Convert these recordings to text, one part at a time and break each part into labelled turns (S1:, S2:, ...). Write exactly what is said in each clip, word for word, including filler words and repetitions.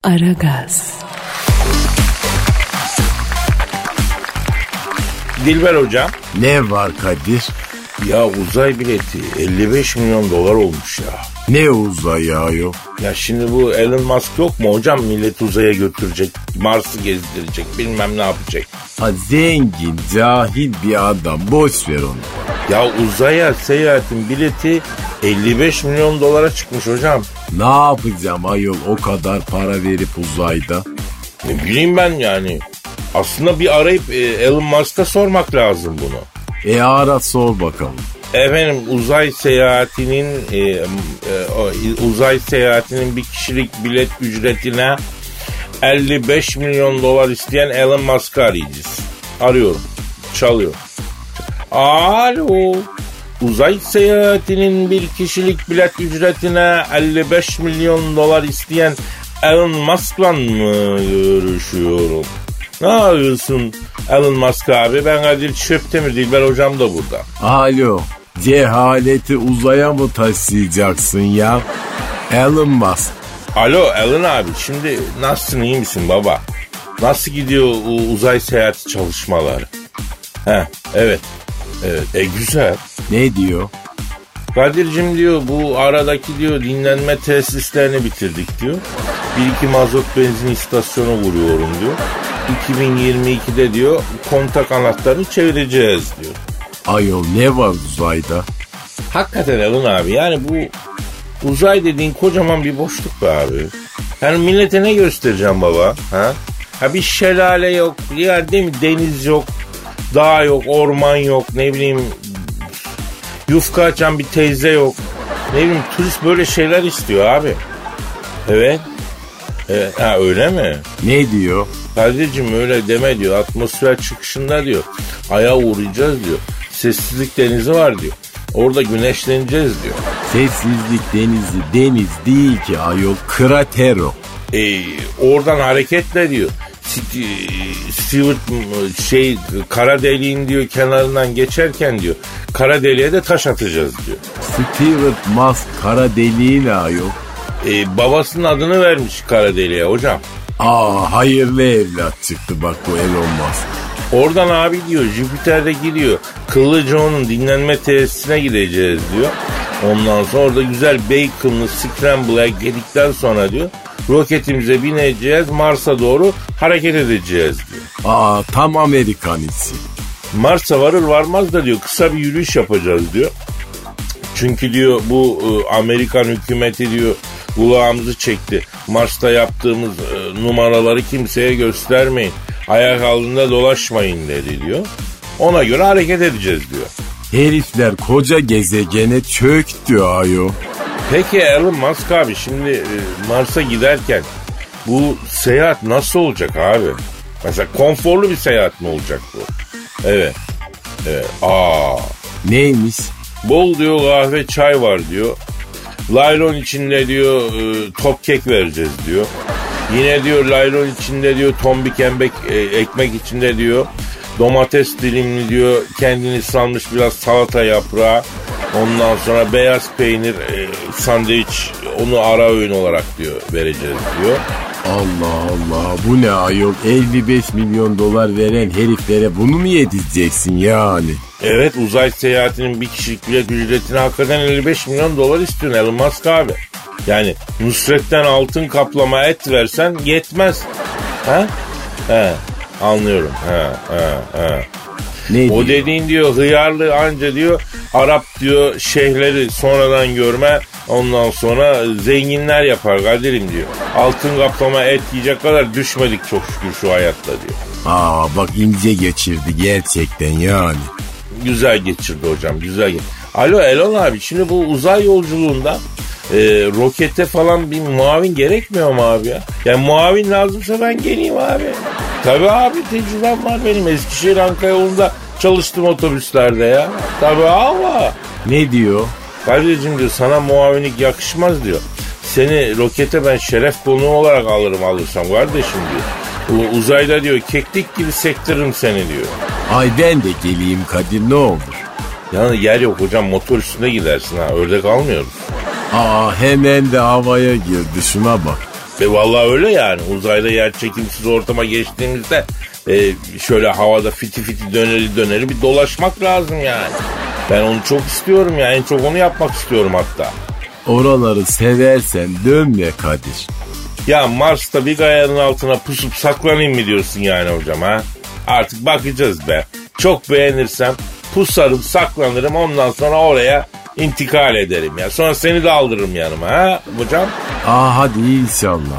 S1: Aragaz.
S2: Dilber hocam.
S3: Ne var Kadir?
S2: Ya uzay bileti elli beş milyon dolar olmuş ya.
S3: Ne uzay ya yok?
S2: Ya şimdi bu Elon Musk yok mu hocam, millet uzaya götürecek, Mars'ı gezdirecek, bilmem ne yapacak.
S3: Ha, zengin, cahil bir adam, boş ver onu.
S2: Ya uzaya seyahatin bileti elli beş milyon dolara çıkmış hocam.
S3: Ne yapacağım ayol o kadar para verip uzayda?
S2: Ne bileyim ben yani. Aslında bir arayıp e, Elon Musk'a sormak lazım bunu.
S3: E ara sor bakalım.
S2: Efendim uzay seyahatinin e, e, uzay seyahatinin bir kişilik bilet ücretine elli beş milyon dolar isteyen Elon Musk'ı arayacağız. Arıyorum. Çalıyor. Alo. Uzay seyahatinin bir kişilik bilet ücretine elli beş milyon dolar isteyen Elon Musk'la mı görüşüyorum? Ne yapıyorsun Elon Musk abi? Ben Kadir Çöptemir, Dilber hocam da burada.
S3: Alo. Cehaleti uzaya mı taşıyacaksın ya? Elon Musk.
S2: Alo Elon abi, şimdi nasılsın, iyi misin baba? Nasıl gidiyor uzay seyahati çalışmaları? Heh, evet. Evet, e güzel.
S3: Ne diyor?
S2: Kadir'cim diyor, bu aradaki diyor dinlenme tesislerini bitirdik diyor. Bir iki mazot benzin istasyonu vuruyorum diyor. iki bin yirmi ikide diyor kontak anahtarını çevireceğiz diyor.
S3: Ayol ne var uzayda?
S2: Hakikaten Elon abi, yani bu uzay dediğin kocaman bir boşluk be abi. Yani millete ne göstereceğim baba? Ha? Ha bir şelale yok, ya değil mi, deniz yok, dağ yok, orman yok, ne bileyim yufka açan bir teyze yok. Ne bileyim turist böyle şeyler istiyor abi. Evet. Evet. Ha öyle mi?
S3: Ne diyor?
S2: Kadir'cim öyle deme diyor. Atmosfer çıkışında diyor Ay'a uğrayacağız diyor. Sessizlik denizi var diyor. Orada güneşleneceğiz diyor.
S3: Sessizlik denizi deniz değil ki ayol, krater o.
S2: Ee, oradan hareketle diyor. Stewart şey kara deliğin diyor kenarından geçerken diyor kara deliğe de taş atacağız diyor.
S3: Stewart Musk kara deliği ne ayol?
S2: Ee, babasının adını vermiş kara deliğe hocam.
S3: Aa, hayırlı evlat çıktı bak bu Elon Musk.
S2: Oradan abi diyor Jüpiter'de gidiyor. Kılıcıoğlu'nun dinlenme tesisine gideceğiz diyor. Ondan sonra orada güzel baconlı scramble'a gedikten sonra diyor roketimize bineceğiz, Mars'a doğru hareket edeceğiz diyor.
S3: Aa, tam Amerikan içi.
S2: Mars'a varır varmaz da diyor kısa bir yürüyüş yapacağız diyor. Çünkü diyor bu Amerikan hükümeti diyor kulağımızı çekti. Mars'ta yaptığımız e, numaraları kimseye göstermeyin. Ayak altında dolaşmayın dedi diyor. Ona göre hareket edeceğiz diyor.
S3: Herifler koca gezegene çöktü ayo.
S2: Peki Elon Musk abi, şimdi e, Mars'a giderken bu seyahat nasıl olacak abi? Mesela konforlu bir seyahat mi olacak bu? Evet. Evet. Aa.
S3: Neymiş?
S2: Bol diyor kahve çay var diyor. Laylon içinde diyor e, top kek vereceğiz diyor. Yine diyor laylon içinde diyor tombik embek e, ekmek içinde diyor domates dilimli diyor kendini salmış biraz salata yaprağı. Ondan sonra beyaz peynir e, sandviç, onu ara öğün olarak diyor vereceğiz diyor.
S3: Allah Allah, bu ne ayol, elli beş milyon dolar veren heriflere bunu mu yedireceksin yani?
S2: Evet, uzay seyahatinin bir kişilik bilet ücretine hakikaten elli beş milyon dolar istiyorsun Elon Musk abi. Yani Nusret'ten altın kaplama et versen yetmez. Ha? He, anlıyorum. He, he, he.
S3: Ne
S2: o
S3: diyor?
S2: dediğin diyor hıyarlı anca diyor Arap diyor şeyhleri sonradan görme, ondan sonra zenginler yapar Kadir'im diyor. Altın kaplama et yiyecek kadar düşmedik çok şükür şu hayatta diyor.
S3: Aa bak, ince geçirdi gerçekten yani.
S2: Güzel geçirdi hocam, güzel geçirdi. Alo Elon abi, şimdi bu uzay yolculuğunda e, rokete falan bir muavin gerekmiyor mu abi ya? Yani muavin lazımsa ben geleyim abi. Tabii abi, tecrübem var benim. Eskişehir Ankara yolunda çalıştım otobüslerde ya. Tabii ama.
S3: Ne diyor?
S2: Kadir'cim diyor sana muavinlik yakışmaz diyor. Seni rokete ben şeref konuğu olarak alırım alırsam kardeşim diyor. U- uzayda diyor keklik gibi sektiririm seni diyor.
S3: Ay ben de geleyim Kadir, ne olur.
S2: Yani yer yok hocam, motor üstünde gidersin ha, ördek almıyoruz.
S3: Aa hemen de havaya girdi, şuna bak.
S2: Ve vallahi öyle yani. Uzayda yer çekimsiz ortama geçtiğimizde e, şöyle havada fiti fiti döneri döneri bir dolaşmak lazım yani. Ben onu çok istiyorum ya. En çok onu yapmak istiyorum hatta.
S3: Oraları seversen dönme Kadir.
S2: Ya Mars'ta bir gayanın altına pusup saklanayım mı diyorsun yani hocam ha? Artık bakacağız be. Çok beğenirsem pusarım, saklanırım, ondan sonra oraya intikal ederim ya. Sonra seni de aldırırım yanıma ha hocam?
S3: Aa hadi inşallah.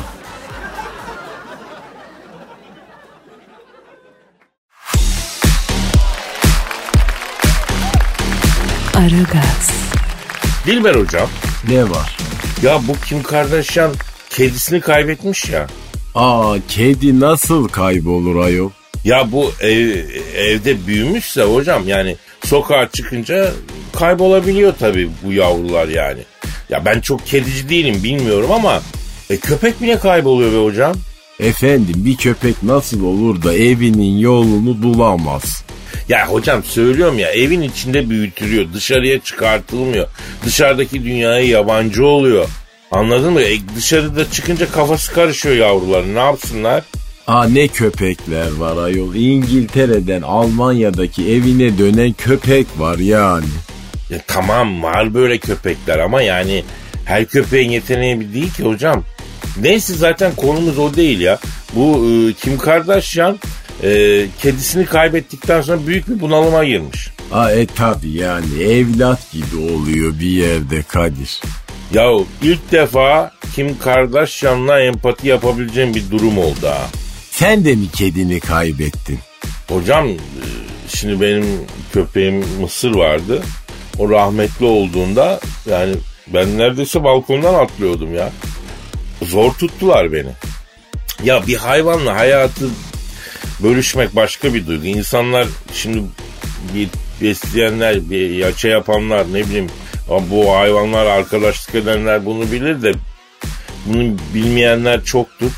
S1: Aragaz.
S2: Dilber hocam.
S3: Ne var?
S2: Ya bu Kim Kardashian kedisini kaybetmiş ya.
S3: Aa kedi nasıl kaybolur ayol?
S2: Ya bu ev, evde büyümüşse hocam yani sokağa çıkınca kaybolabiliyor tabii bu yavrular yani. Ya ben çok kedici değilim bilmiyorum ama e, köpek bile kayboluyor be hocam.
S3: Efendim bir köpek nasıl olur da evinin yolunu bulamaz?
S2: Ya hocam söylüyorum ya evin içinde büyütülüyor, dışarıya çıkartılmıyor. Dışarıdaki dünyaya yabancı oluyor. Anladın mı? E, dışarıda çıkınca kafası karışıyor yavruların, ne yapsınlar?
S3: Aa ne köpekler var ayol. İngiltere'den Almanya'daki evine dönen köpek var yani.
S2: Ya tamam var böyle köpekler ama yani her köpeğin yeteneği bir değil ki hocam. Neyse zaten konumuz o değil ya. Bu e, Kim Kardashian e, kedisini kaybettikten sonra büyük bir bunalıma girmiş.
S3: Aa e tabi yani evlat gibi oluyor bir yerde Kadir.
S2: Ya ilk defa Kim Kardashian'la empati yapabileceğim bir durum oldu ha.
S3: Sen de mi kedini kaybettin?
S2: Hocam şimdi benim köpeğim Mısır vardı. O rahmetli olduğunda yani ben neredeyse balkondan atlıyordum ya. Zor tuttular beni. Ya bir hayvanla hayatı bölüşmek başka bir duygu. İnsanlar şimdi bir besleyenler, bir yaça yapanlar ne bileyim bu hayvanlar arkadaşlık edenler bunu bilir de bunu bilmeyenler çoktur.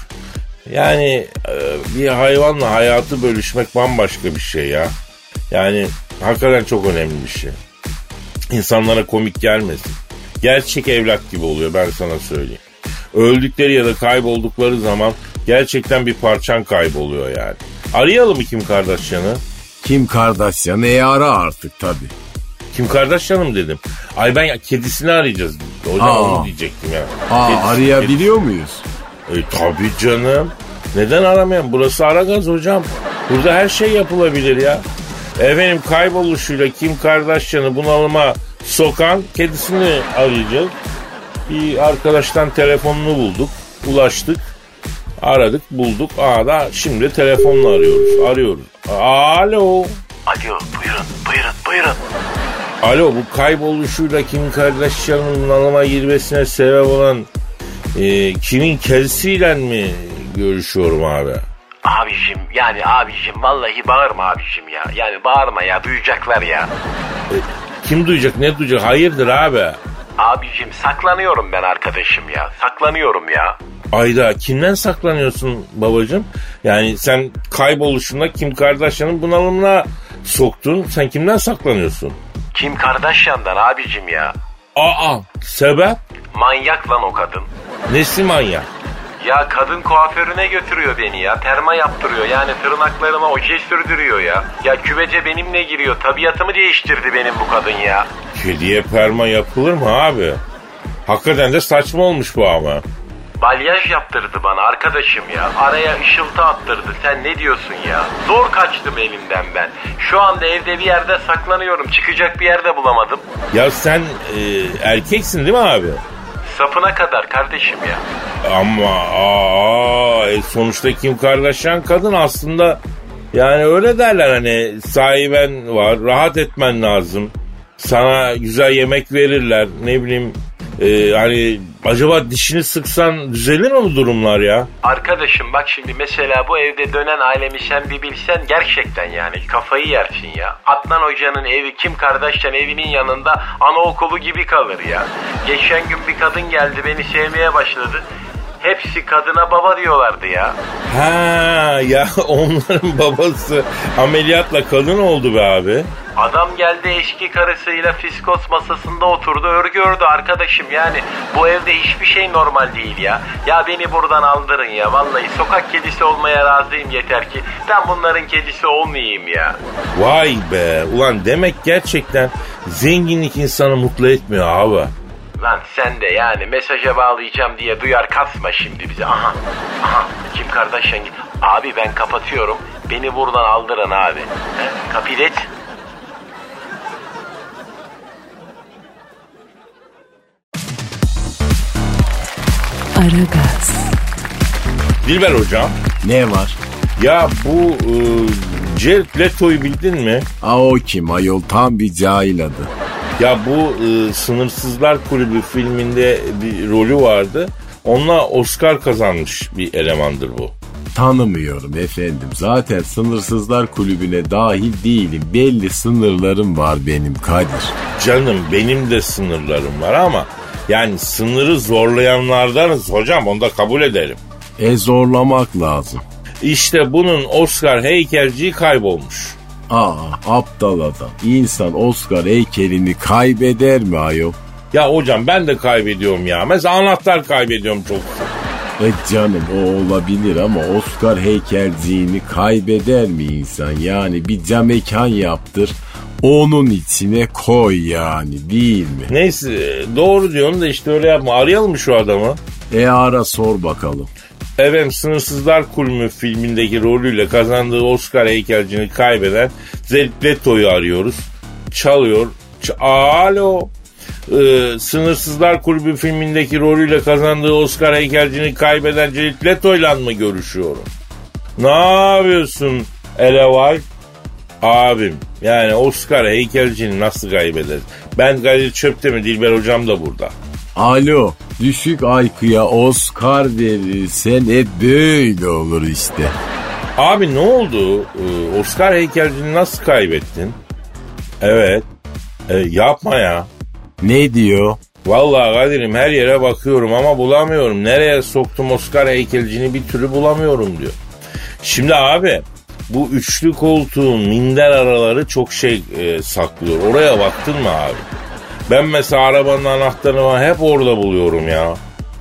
S2: Yani bir hayvanla hayatı bölüşmek bambaşka bir şey ya. Yani hakikaten çok önemli bir şey. İnsanlara komik gelmesin. Gerçek evlat gibi oluyor ben sana söyleyeyim. Öldükleri ya da kayboldukları zaman gerçekten bir parçan kayboluyor yani. Arayalım mı Kim Kardashian'ı?
S3: Kim Kardashian'ı e ara artık tabi.
S2: Kim Kardashian'ı mı dedim? Ay ben ya kedisini arayacağız. Hocam Aa. onu diyecektim ya.
S3: Aa kedisi, arayabiliyor kedisi. muyuz?
S2: E tabii canım. Neden aramayalım? Burası Aragaz hocam. Burada her şey yapılabilir ya. Efendim kayboluşuyla Kim Kardashian'ı bunalıma sokan kedisini arayacağız. Bir arkadaştan telefonunu bulduk. Ulaştık. Aradık bulduk. Aa da şimdi telefonla arıyoruz. Arıyoruz. Alo.
S4: Alo buyurun buyurun buyurun.
S2: Alo bu kayboluşuyla Kim Kardashian'ın bunalıma girmesine sebep olan e, kimin kedisiyle mi görüşüyorum abi?
S4: Abicim yani abicim vallahi bağırma abicim ya. Yani bağırma ya duyacaklar ya.
S2: E, kim duyacak ne duyacak hayırdır abi?
S4: Abicim saklanıyorum ben arkadaşım ya. Saklanıyorum ya.
S2: Ayda kimden saklanıyorsun babacığım? Yani sen kayboluşunda Kim Kardashian'ın bunalımına soktun. Sen kimden saklanıyorsun?
S4: Kim Kardashian'dan abicim ya.
S2: Aa sebep?
S4: Manyak lan o kadın.
S2: Nesi manyak?
S4: Ya kadın kuaförüne götürüyor beni ya. Perma yaptırıyor yani tırnaklarıma oje sürdürüyor ya. Ya küvece benimle giriyor. Tabiatımı değiştirdi benim bu kadın ya.
S2: Kediye perma yapılır mı abi? Hakikaten de saçma olmuş bu ama.
S4: Balyaj yaptırdı bana arkadaşım ya. Araya ışıltı attırdı. Sen ne diyorsun ya? Zor kaçtım elimden ben. Şu anda evde bir yerde saklanıyorum. Çıkacak bir yerde bulamadım.
S2: Ya sen e, erkeksin değil mi abi?
S4: Sapına kadar kardeşim ya.
S2: Ama aa, e, sonuçta Kim Kardashian kadın aslında. Yani öyle derler hani sahiben var. Rahat etmen lazım. Sana güzel yemek verirler. Ne bileyim. Ee, hani acaba dişini sıksan düzelir mi bu durumlar ya?
S4: Arkadaşım bak şimdi mesela bu evde dönen ailemi sen bir bilsen gerçekten yani kafayı yersin ya. Adnan Hoca'nın evi Kim Kardashian evinin yanında anaokulu gibi kalır ya. Geçen gün bir kadın geldi beni sevmeye başladı. Hepsi kadına baba diyorlardı ya.
S2: Ha ya onların babası ameliyatla kadın oldu be abi.
S4: Adam geldi eski karısıyla fiskos masasında oturdu, örgü ördü arkadaşım. Yani bu evde hiçbir şey normal değil ya. Ya beni buradan aldırın ya. Vallahi sokak kedisi olmaya razıyım, yeter ki ben bunların kedisi olmayayım ya.
S2: Vay be ulan, demek gerçekten zenginlik insanı mutlu etmiyor abi.
S4: Lan sen de yani mesaja bağlayacağım diye duyar kasma şimdi bize. Aha, aha, Kim Kardashian git. Abi ben kapatıyorum, beni buradan aldırın abi. He? Kapilet.
S1: Aragaz.
S2: Dilber hocam.
S3: Ne var?
S2: Ya bu e, Jared Leto'yu bildin mi?
S3: Aa, o kim ayol, tam bir cahil adı.
S2: Ya bu e, Sınırsızlar Kulübü filminde bir rolü vardı. Onunla Oscar kazanmış bir elemandır bu.
S3: Tanımıyorum efendim. Zaten Sınırsızlar Kulübü'ne dahil değilim. Belli sınırlarım var benim Kadir.
S2: Canım benim de sınırlarım var ama yani sınırı zorlayanlardanız hocam, onu da kabul edelim.
S3: E zorlamak lazım.
S2: İşte bunun Oscar heykelciyi kaybolmuş.
S3: Aa, aptal adam. İnsan Oscar heykelini kaybeder mi ayol?
S2: Ya hocam ben de kaybediyorum ya. Mesela anahtar kaybediyorum çok.
S3: E canım o olabilir ama Oscar heykelciğini kaybeder mi insan? Yani bir cam mekan yaptır, onun içine koy yani, değil mi?
S2: Neyse doğru diyorsun da işte öyle yapma. Arayalım mı şu adamı?
S3: E ara sor bakalım.
S2: Efendim Sınırsızlar Kulübü filmindeki rolüyle kazandığı Oscar heykelcini kaybeden Jared Leto'yu arıyoruz. Çalıyor. Ç- Alo. Ee, Sınırsızlar Kulübü filmindeki rolüyle kazandığı Oscar heykelcini kaybeden Jared Leto'yla mı görüşüyorum? Ne yapıyorsun Elevay? Abim yani Oscar heykelcini nasıl kaybederiz? Ben Kadir Çöptemir, Dilber hocam da burada.
S3: Alo, düşük I Q'ya Oscar verirsen hep böyle olur işte.
S2: Abi ne oldu? Ee, Oscar heykelcini nasıl kaybettin? Evet. E, yapma ya.
S3: Ne diyor?
S2: Vallahi Kadir'im her yere bakıyorum ama bulamıyorum. Nereye soktum Oscar heykelcini bir türlü bulamıyorum diyor. Şimdi abi bu üçlü koltuğun minder araları çok şey e, saklıyor. Oraya baktın mı abi? Ben mesela arabanın anahtarını hep orada buluyorum ya.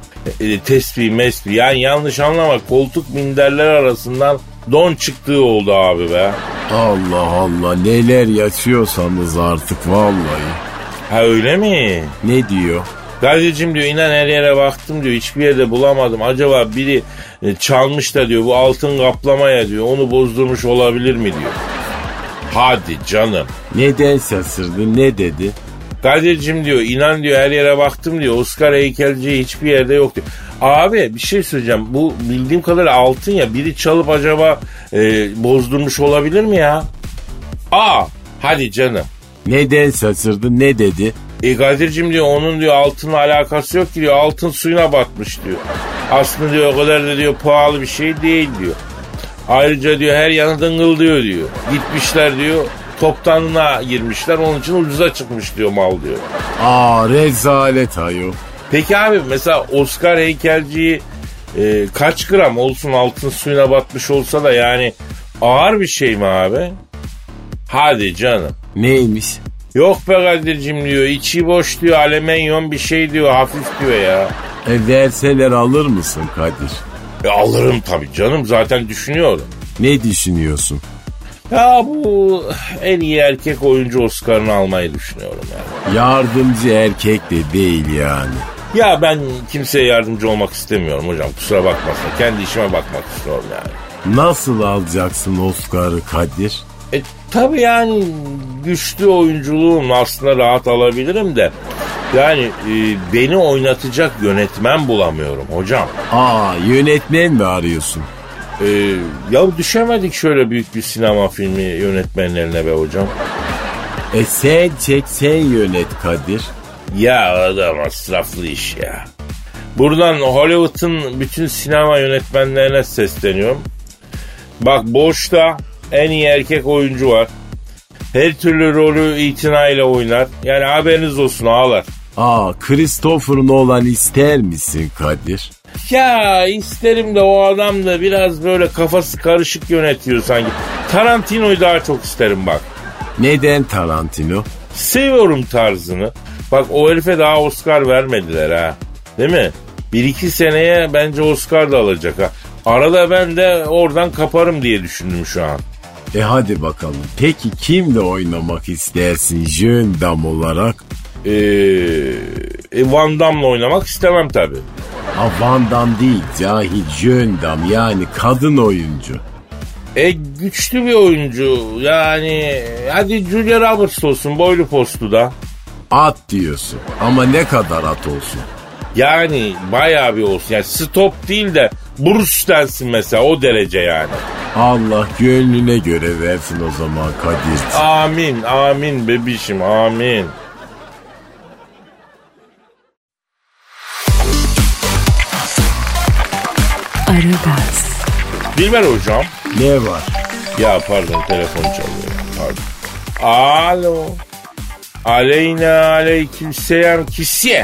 S2: E, tespih mesbih yani yanlış anlama, koltuk minderler arasından don çıktığı oldu abi be.
S3: Allah Allah, neler yaşıyorsanız artık vallahi.
S2: Ha öyle mi?
S3: Ne diyor?
S2: Kadir'cim diyor inan her yere baktım diyor, hiçbir yerde bulamadım. Acaba biri e, çalmış da diyor bu altın kaplamaya diyor onu bozdurmuş olabilir mi diyor. Hadi canım.
S3: Neden şaşırdın, ne dedi?
S2: Kadir'cim diyor inan diyor her yere baktım diyor, Oscar heykelciği hiçbir yerde yok diyor. Abi bir şey söyleyeceğim, bu bildiğim kadarıyla altın ya, biri çalıp acaba e, bozdurmuş olabilir mi ya? Aa hadi canım.
S3: Neden şaşırdın, ne dedi?
S2: E Kadir'cim diyor onun diyor altınla alakası yok ki diyor, altın suyuna batmış diyor. Aslında diyor o kadar da diyor pahalı bir şey değil diyor. Ayrıca diyor her yanı dıngıldıyor diyor. Gitmişler diyor toptanına girmişler, onun için ucuza çıkmış diyor mal diyor.
S3: Aa rezalet ayol.
S2: Peki abi mesela Oscar heykelciyi e, kaç gram olsun altın suyuna batmış olsa da yani ağır bir şey mi abi? Hadi canım.
S3: Neymiş?
S2: Yok be Kadir'cim diyor, içi boş diyor, alemenyon bir şey diyor, hafif diyor ya.
S3: E verseler alır mısın Kadir?
S2: E alırım tabii canım, zaten düşünüyorum.
S3: Ne düşünüyorsun?
S2: Ya bu en iyi erkek oyuncu Oscar'ını almayı düşünüyorum ya.
S3: Yardımcı erkek de değil yani.
S2: Ya ben kimseye yardımcı olmak istemiyorum hocam, kusura bakmasın. Kendi işime bakmak istiyorum yani.
S3: Nasıl alacaksın Oscar'ı Kadir?
S2: E tabii yani güçlü oyunculuğum aslında rahat alabilirim de. Yani e, beni oynatacak yönetmen bulamıyorum hocam.
S3: Aa yönetmen mi arıyorsun?
S2: E, ya düşemedik şöyle büyük bir sinema filmi yönetmenlerine be hocam.
S3: E sen çek, sen yönet Kadir.
S2: Ya adam masraflı iş ya. Buradan Hollywood'un bütün sinema yönetmenlerine sesleniyorum. Bak boşta en iyi erkek oyuncu var. Her türlü rolü itinayla oynar. Yani haberiniz olsun ağalar.
S3: Aa, Christopher Nolan ister misin Kadir?
S2: Ya isterim de o adam da biraz böyle kafası karışık yönetiyor sanki. Tarantino'yu daha çok isterim bak.
S3: Neden Tarantino?
S2: Seviyorum tarzını. Bak o herife daha Oscar vermediler ha. Değil mi? Bir iki seneye bence Oscar da alacak ha. Arada ben de oradan kaparım diye düşündüm şu an.
S3: E hadi bakalım. Peki kimle oynamak istersin Jeune Dame olarak?
S2: Ee, e, Van Damme'la oynamak istemem tabii.
S3: Ha, Van Damme değil, cahil Jeune Dame, yani kadın oyuncu.
S2: E güçlü bir oyuncu yani, hadi Julia Roberts olsun, boylu postlu da.
S3: At diyorsun ama ne kadar at olsun?
S2: Yani bayağı bir olsun, yani stop değil de Bruce densin mesela, o derece yani.
S3: Allah gönlüne göre versin o zaman Kadir.
S2: Amin amin bebişim, amin.
S1: Aragaz.
S2: Dilber hocam.
S3: Ne var?
S2: Ya pardon, telefon çalıyor. Pardon. Alo. Aleyna aleykümselam kisiye.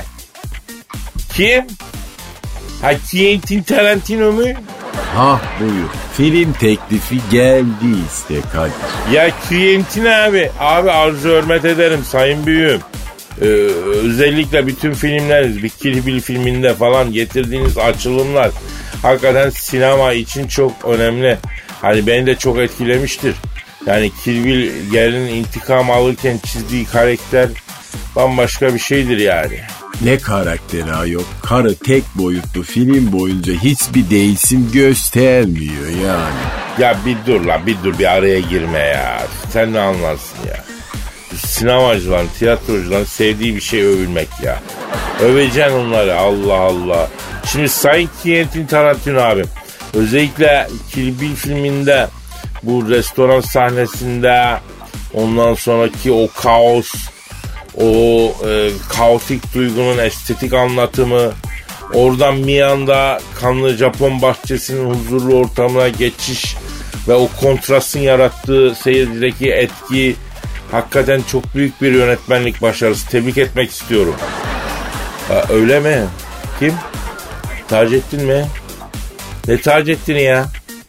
S2: Kim? Ha, Quentin Tarantino mu?
S3: Ha buyur. Film teklifi geldi işte Kadir.
S2: Ya Quentin abi. Abi arzu hürmet ederim sayın büyüğüm. Ee, özellikle bütün filmleriniz, bir Kill Bill filminde falan getirdiğiniz açılımlar hakikaten sinema için çok önemli. Hani beni de çok etkilemiştir. Yani Kill Bill gelin intikam alırken çizdiği karakter bambaşka bir şeydir yani.
S3: Ne karakteri ha yok. Karı tek boyutlu film boyunca hiçbir değişim göstermiyor yani.
S2: Ya bir dur la, bir dur, bir araya girme ya. Sen ne anlarsın ya? Sinemacıların, tiyatrocuların sevdiği bir şey övülmek ya. Öveceksin onları, Allah Allah. Şimdi Sayın Quentin Tarantino abim, özellikle Kill Bill filminde bu restoran sahnesinde, ondan sonraki o kaos, o e, kaotik duygunun estetik anlatımı, oradan bir anda kanlı Japon bahçesinin huzurlu ortamına geçiş ve o kontrastın yarattığı seyircideki etki, hakikaten çok büyük bir yönetmenlik başarısı. Tebrik etmek istiyorum. Ha, öyle mi? Kim? Taceddin mi? Ne Taceddin'i ya?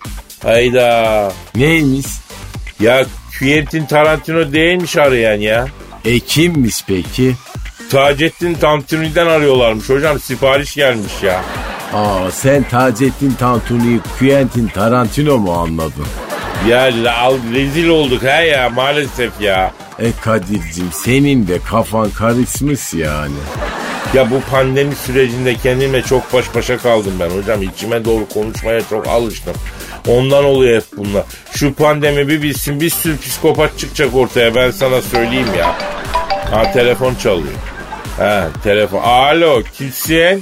S2: Hayda.
S3: Neymiş?
S2: Ya Quentin Tarantino değilmiş arayan ya.
S3: E kimmiş peki?
S2: Taceddin Tantuni'den arıyorlarmış hocam, sipariş gelmiş ya.
S3: Aa, sen Taceddin Tantuni'yi Quentin Tarantino mu anladın?
S2: Ya al, rezil olduk ha ya, maalesef ya.
S3: E Kadir'cim, senin de kafan karışmış yani.
S2: Ya bu pandemi sürecinde kendimle çok baş başa kaldım ben hocam. İçime doğru konuşmaya çok alıştım. Ondan oluyor hep bunlar. Şu pandemi bir bilsin, bir sürü psikopat çıkacak ortaya, ben sana söyleyeyim ya. Ha, telefon çalıyor. Ha, telefon. Alo, kimsin?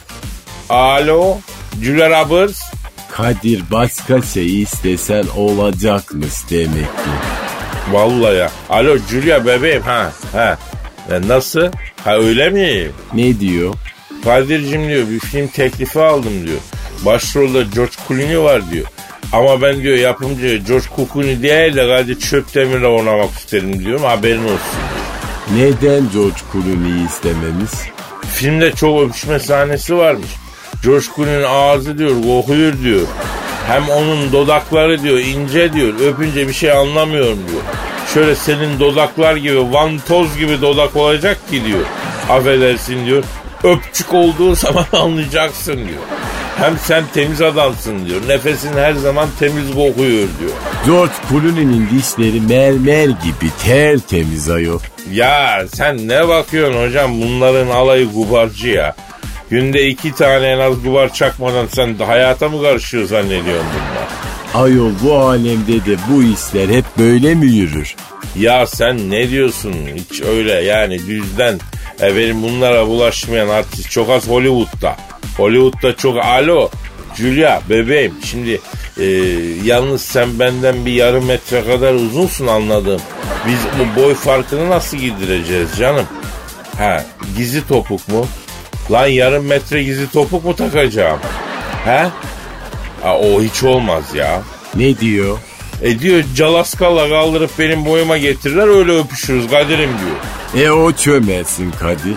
S2: Alo, Julia Roberts.
S3: Kadir, başka şey istesen olacakmış demek ki.
S2: Vallahi ya. Alo Julia bebeğim, ha ha. Ya nasıl? Ha öyle mi?
S3: Ne diyor?
S2: Kadir'cim diyor, bir film teklifi aldım diyor. Başrolde George Clooney var diyor. Ama ben diyor yapımcı George Clooney değil de Kadir Çöpdemir'le oynamak isterim diyorum, haberin olsun diyor.
S3: Neden George Clooney'i istememiz?
S2: Filmde çok öpüşme sahnesi varmış. George Clooney'nin ağzı diyor kokuyor diyor. Hem onun dodakları diyor ince diyor. Öpünce bir şey anlamıyorum diyor. Şöyle senin dodaklar gibi, vantoz gibi dodak olacak ki diyor. Affedersin diyor. Öpçük olduğu zaman anlayacaksın diyor. Hem sen temiz adamsın diyor. Nefesin her zaman temiz kokuyor diyor.
S3: George Clooney'nin dişleri mermer gibi tertemiz ayol.
S2: Ya sen ne bakıyorsun hocam, bunların alayı gubarcı ya. Günde iki tane en az gubar çakmadan sen hayata mı karışıyor zannediyorsun bunlar?
S3: Ayol, bu alemde de bu işler hep böyle mi yürür?
S2: Ya sen ne diyorsun? Hiç öyle yani düzden efendim bunlara bulaşmayan artist çok az Hollywood'da. Hollywood'da çok. Alo Julia bebeğim, şimdi e, yalnız sen benden bir yarım metre kadar uzunsun anladım. Biz bu boy farkını nasıl gidereceğiz canım? Ha, gizli topuk mu? Lan yarım metre gizli topuk mu takacağım? He? Ha, o hiç olmaz ya.
S3: Ne diyor?
S2: E diyor calaskalla kaldırıp benim boyuma getirirler, öyle öpüşürüz Kadir'im diyor.
S3: E o çömelsin Kadir.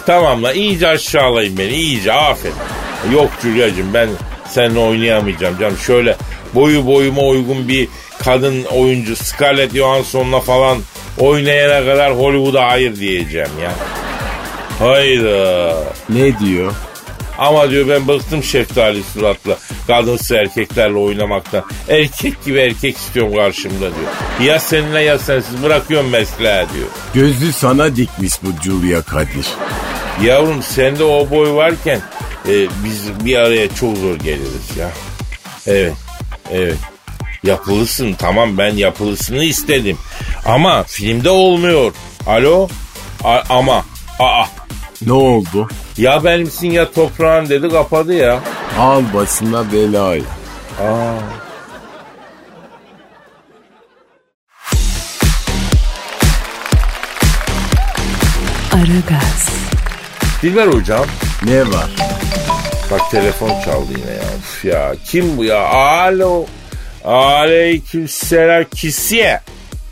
S2: Tamam la, iyice aşağılayın beni, iyice, aferin. Yok Julia'cığım, ben seninle oynayamayacağım canım. Şöyle boyu boyuma uygun bir kadın oyuncu Scarlett Johansson'la falan oynayana kadar Hollywood'a hayır diyeceğim ya. Hayda.
S3: Ne diyor?
S2: Ama diyor ben bıktım şeftali suratla kadınsı erkeklerle oynamaktan. Erkek gibi erkek istiyorum karşımda diyor. Ya seninle ya sensiz bırakıyorum mesleğe diyor.
S3: Gözü sana dikmiş bu Julia Kadir.
S2: Yavrum sende o boy varken e, biz bir araya çok zor geliriz ya. Evet, evet. Yapılısın, tamam, ben yapılısını istedim. Ama filmde olmuyor. Alo? A- ama, aa.
S3: Ne oldu?
S2: Ya benimsin ya toprağın dedi, kapadı ya.
S3: Al başına belayı.
S2: Aa.
S1: Aragaz.
S2: Dilber hocam.
S3: Ne var?
S2: Bak telefon çaldı yine ya. Uf ya. Kim bu ya? Alo. Aleykümselam kisiye.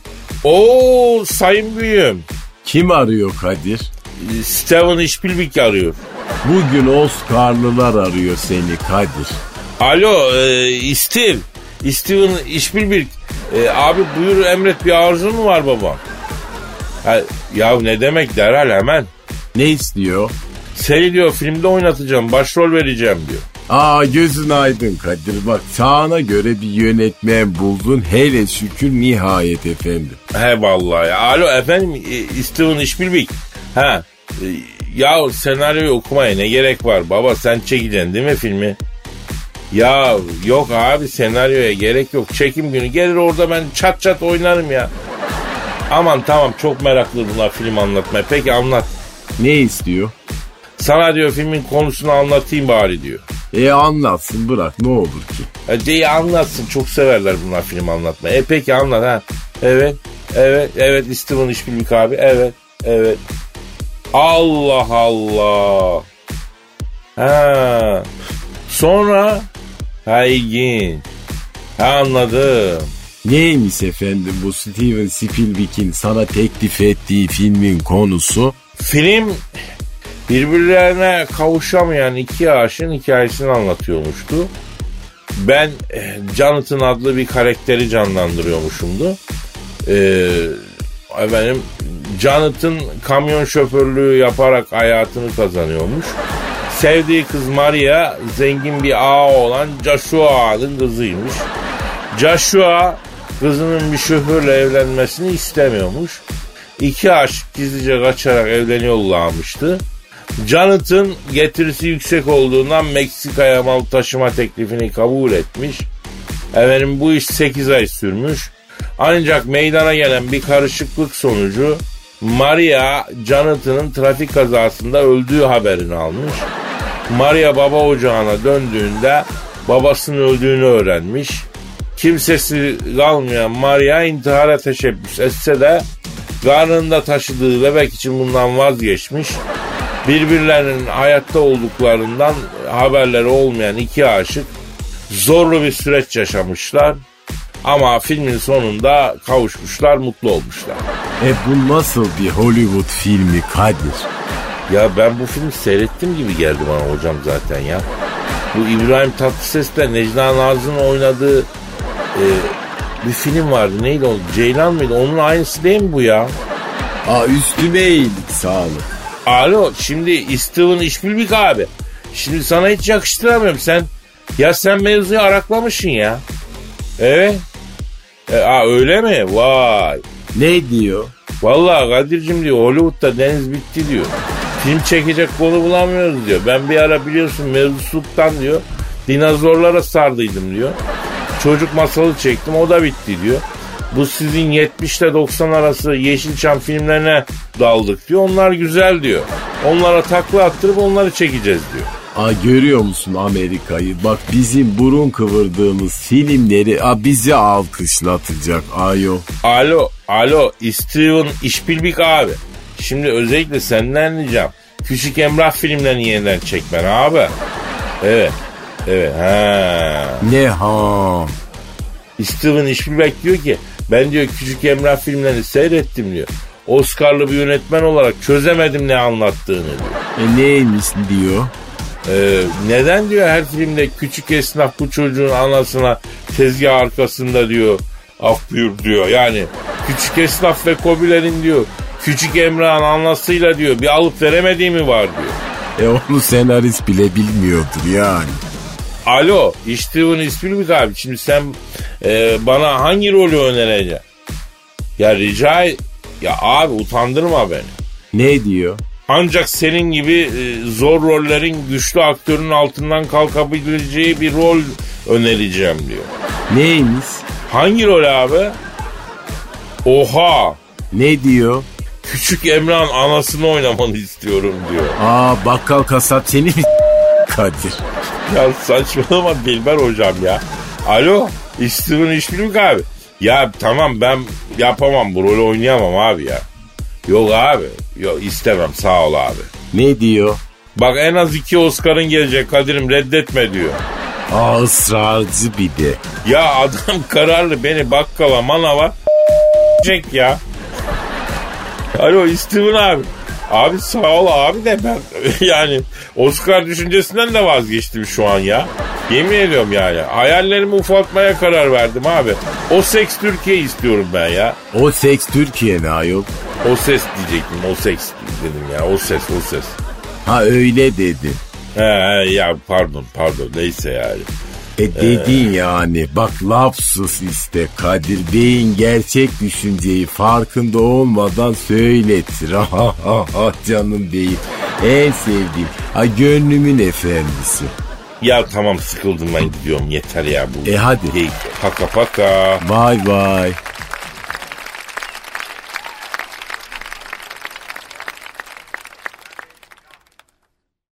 S2: Oo sayın büyüğüm.
S3: Kim arıyor Kadir?
S2: Steven Spielberg arıyor.
S3: Bugün Oscar'lılar arıyor seni Kadir.
S2: Alo e, Steve. Steven Spielberg. E, abi buyur emret, bir arzun mu var baba? Ha, ya ne demek derhal hemen.
S3: Ne istiyor?
S2: Seni diyor filmde oynatacağım, başrol vereceğim diyor.
S3: Aa gözün aydın Kadir, bak çağına göre bir yönetmen buldun, hele şükür nihayet efendim.
S2: He vallahi ya. Alo efendim e, Steven Spielberg. Ha e, ya senaryoyu okumaya ne gerek var baba, sen çekeceksin değil mi filmi? Ya yok abi, senaryoya gerek yok, çekim günü gelir orada ben çat çat oynarım ya. Aman tamam, çok meraklı bunlar film anlatmaya. Peki anlat.
S3: Ne istiyor?
S2: Sana diyor filmin konusunu anlatayım bari diyor.
S3: E anlatsın, bırak ne olur ki.
S2: E diye anlatsın, çok severler bunlar film anlatmayı. E peki anlat ha. Evet, evet, evet Steven Spielberg abi, evet, evet. Allah Allah. Ha. Sonra ha ilginç. Ha anladım.
S3: Neymiş efendim bu Steven Spielberg'in sana teklif ettiği filmin konusu?
S2: Film birbirlerine kavuşamayan iki aşığın hikayesini anlatıyormuştu. Ben Jonathan adlı bir karakteri canlandırıyormuşumdu. Ee, efendim Jonathan kamyon şoförlüğü yaparak hayatını kazanıyormuş. Sevdiği kız Maria zengin bir ağa olan Joshua'nın kızıymış. Joshua kızının bir şoförle evlenmesini istemiyormuş. İki aşık gizlice kaçarak evleniyorlarmıştı. Jonathan getirisi yüksek olduğundan Meksika'ya mal taşıma teklifini kabul etmiş. Efendim bu iş sekiz ay sürmüş. Ancak meydana gelen bir karışıklık sonucu Maria Jonathan'ın trafik kazasında öldüğü haberini almış. Maria baba ocağına döndüğünde babasının öldüğünü öğrenmiş. Kimsesi kalmayan Maria intihara teşebbüs etse de karnında taşıdığı bebek için bundan vazgeçmiş. Birbirlerinin hayatta olduklarından haberleri olmayan iki aşık zorlu bir süreç yaşamışlar. Ama filmin sonunda kavuşmuşlar, mutlu olmuşlar.
S3: E bu nasıl bir Hollywood filmi Kadir?
S2: Ya ben bu filmi seyrettim gibi geldi bana hocam zaten ya. Bu İbrahim Tatlıses'le Necla Nazır'ın oynadığı e, bir film vardı. Neydi o? Ceylan mıydı? Onun aynısı değil mi bu ya?
S3: Aa üstüme eğildik sağlık.
S2: Alo şimdi Steven Spielberg abi. Şimdi sana hiç yakıştıramıyorum sen. Ya sen mevzuyu araklamışsın ya. Evet. E, aa, öyle mi? Vay.
S3: Ne diyor?
S2: Vallahi Kadir'cim diyor Hollywood'da deniz bitti diyor. Film çekecek konu bulamıyoruz diyor. Ben bir ara biliyorsun mevzusluktan diyor dinozorlara sardıydım diyor. Çocuk masalı çektim, o da bitti diyor. Bu sizin yetmiş ile doksan arası Yeşilçam filmlerine daldık diyor. Onlar güzel diyor. Onlara takla attırıp onları çekeceğiz diyor.
S3: Aa görüyor musun Amerika'yı? Bak bizim burun kıvırdığımız filmleri a, bizi alkışlatacak ayo.
S2: Alo, alo Steven Spielberg abi. Şimdi özellikle senden ricam. Küçük Emrah filmlerini yeniden çekmen abi. Evet, evet. Ha.
S3: Ne ha?
S2: Steven Spielberg diyor ki ben diyor Küçük Emrah filmlerini seyrettim diyor. Oscar'lı bir yönetmen olarak çözemedim ne anlattığını diyor.
S3: E neymiş diyor?
S2: Ee, neden diyor her filmde küçük esnaf bu çocuğun anasına tezgah arkasında diyor af buyur diyor. Yani küçük esnaf ve kobilerin diyor küçük Emrah'ın anlasıyla diyor bir alıp veremediği mi var diyor.
S3: E onu senarist bile bilmiyordur yani.
S2: Alo Steven Spielberg abi şimdi sen e, bana hangi rolü önereceksin? Ya rica et. Ya abi utandırma beni.
S3: Ne diyor?
S2: Ancak senin gibi e, zor rollerin güçlü aktörün altından kalkabileceği bir rol önereceğim diyor.
S3: Neymiş?
S2: Hangi rol abi? Oha!
S3: Ne diyor?
S2: Küçük Emrah'ın anasını oynamanı istiyorum diyor.
S3: Aa bakkal kasap seni mi Kadir?
S2: Ya saçmalama Dilber hocam ya. Alo Steven Spielberg abi. Ya tamam ben yapamam bu rolü oynayamam abi ya. Yok abi. Yok istemem sağ ol abi.
S3: Ne diyor?
S2: Bak en az iki Oscar'ın gelecek Kadir'im reddetme diyor.
S3: Aa ısrarcı bir de.
S2: Ya adam kararlı beni bakkala manava çek ya. Alo Steven abi. Abi sağ ol abi de ben yani Oscar düşüncesinden de vazgeçtim şu an ya. Yemin ediyorum yani. Hayallerimi ufaltmaya karar verdim abi. O seks Türkiye istiyorum ben ya.
S3: O seks Türkiye ne ayol?
S2: O ses diyecektim. O seks dedim ya. O ses o ses.
S3: Ha öyle dedin.
S2: He, he ya pardon pardon neyse yani.
S3: E dedin ee... yani bak lapsus işte Kadir Bey'in gerçek düşünceyi farkında olmadan söyletir. Ah canım beyim en sevdiğim ha gönlümün efendisi.
S2: Ya tamam sıkıldım ben gidiyorum yeter ya bu.
S3: E hadi.
S2: Hey, paka paka.
S3: Bye bye.